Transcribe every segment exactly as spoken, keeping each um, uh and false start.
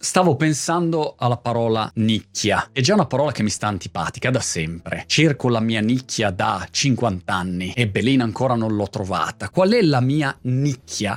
Stavo pensando alla parola nicchia. È già una parola che mi sta antipatica da sempre. Cerco la mia nicchia da cinquanta anni e Belina ancora non l'ho trovata. Qual è la mia nicchia?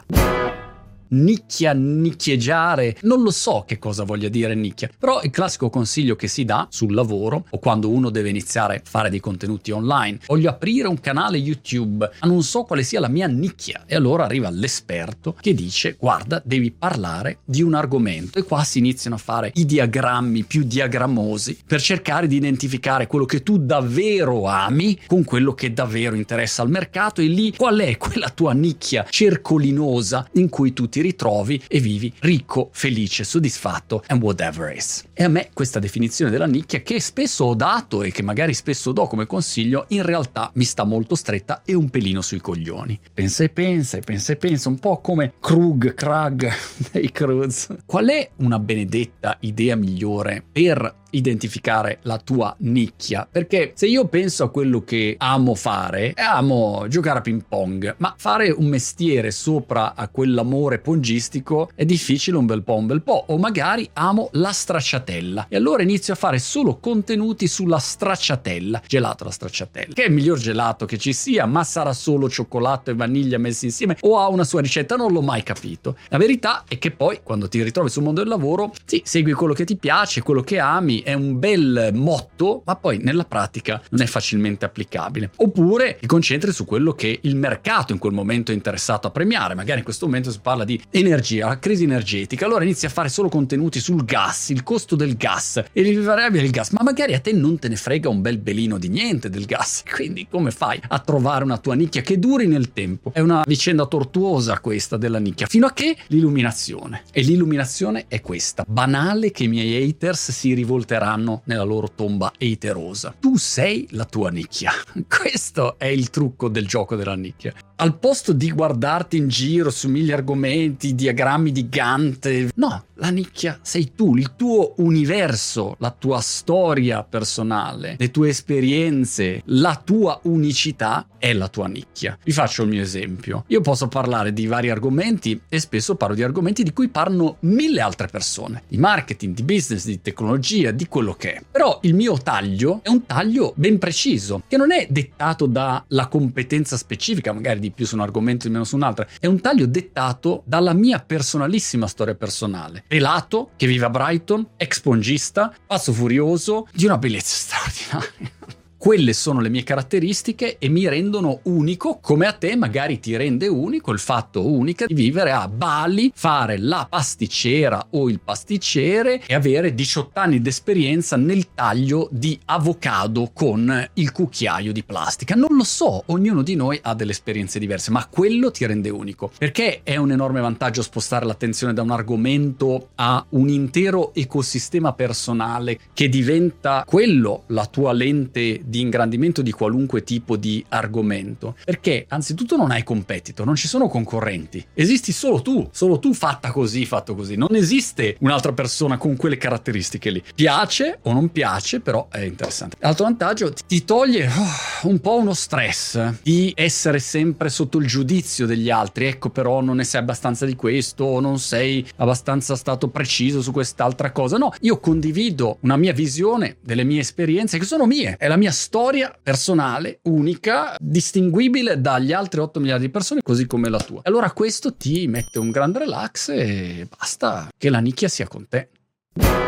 Nicchia, nicchieggiare, non lo so che cosa voglia dire nicchia, però il classico consiglio che si dà sul lavoro o quando uno deve iniziare a fare dei contenuti online: voglio aprire un canale YouTube ma non so quale sia la mia nicchia, e allora arriva l'esperto che dice: guarda, devi parlare di un argomento, e qua si iniziano a fare i diagrammi più diagrammosi per cercare di identificare quello che tu davvero ami con quello che davvero interessa al mercato, e lì qual è quella tua nicchia cercolinosa in cui tu ti ritrovi e vivi ricco, felice, soddisfatto and whatever is. E a me questa definizione della nicchia, che spesso ho dato e che magari spesso do come consiglio, in realtà mi sta molto stretta e un pelino sui coglioni. Pensa e pensa e pensa e pensa, un po' come Krug, Krug dei Cruz. Qual è una benedetta idea migliore per identificare la tua nicchia? Perché se io penso a quello che amo fare, amo giocare a ping pong, ma fare un mestiere sopra a quell'amore pongistico è difficile un bel po' un bel po'. O magari amo la stracciatella e allora inizio a fare solo contenuti sulla stracciatella, gelato alla stracciatella, che è il miglior gelato che ci sia, ma sarà solo cioccolato e vaniglia messi insieme o ha una sua ricetta? Non l'ho mai capito. La verità è che poi quando ti ritrovi sul mondo del lavoro, sì, segui quello che ti piace, quello che ami, è un bel motto, ma poi nella pratica non è facilmente applicabile. Oppure ti concentri su quello che il mercato in quel momento è interessato a premiare. Magari in questo momento si parla di energia, la crisi energetica, allora inizi a fare solo contenuti sul gas, il costo del gas e le variabili del gas, ma magari a te non te ne frega un bel belino di niente del gas. Quindi come fai a trovare una tua nicchia che duri nel tempo? È una vicenda tortuosa questa della nicchia, fino a che l'illuminazione. E l'illuminazione è questa: banale che i miei haters si rivolteranno nella loro tomba eterosa. Tu sei la tua nicchia. Questo è il trucco del gioco della nicchia. Al posto di guardarti in giro su mille argomenti, diagrammi di Gantt, no, la nicchia sei tu, il tuo universo, la tua storia personale, le tue esperienze, la tua unicità è la tua nicchia. Vi faccio il mio esempio. Io posso parlare di vari argomenti e spesso parlo di argomenti di cui parlano mille altre persone, di marketing, di business, di tecnologia, di quello che è. Però il mio taglio è un taglio ben preciso, che non è dettato dalla competenza specifica, magari di più su un argomento, di meno su un altro. È un taglio dettato dalla mia personalissima storia personale. Pelato, che vive a Brighton, ex pongista, pazzo furioso, di una bellezza straordinaria. Quelle sono le mie caratteristiche e mi rendono unico, come a te magari ti rende unico il fatto unica di vivere a Bali, fare la pasticcera o il pasticcere e avere diciotto anni d'esperienza nel taglio di avocado con il cucchiaio di plastica. Non lo so, ognuno di noi ha delle esperienze diverse, ma quello ti rende unico, perché è un enorme vantaggio spostare l'attenzione da un argomento a un intero ecosistema personale che diventa quello la tua lente di ingrandimento di qualunque tipo di argomento, perché anzitutto non hai competitor, non ci sono concorrenti, esisti solo tu, solo tu fatta così, fatto così, non esiste un'altra persona con quelle caratteristiche lì. Piace o non piace, però è interessante. L'altro vantaggio, ti toglie oh, un po' uno stress di essere sempre sotto il giudizio degli altri. Ecco, però non ne sai abbastanza di questo, o non sei abbastanza stato preciso su quest'altra cosa. No, io condivido una mia visione delle mie esperienze che sono mie, è la mia storia personale, unica, distinguibile dagli altri otto miliardi di persone, così come la tua. Allora questo ti mette un grande relax e basta che la nicchia sia con te.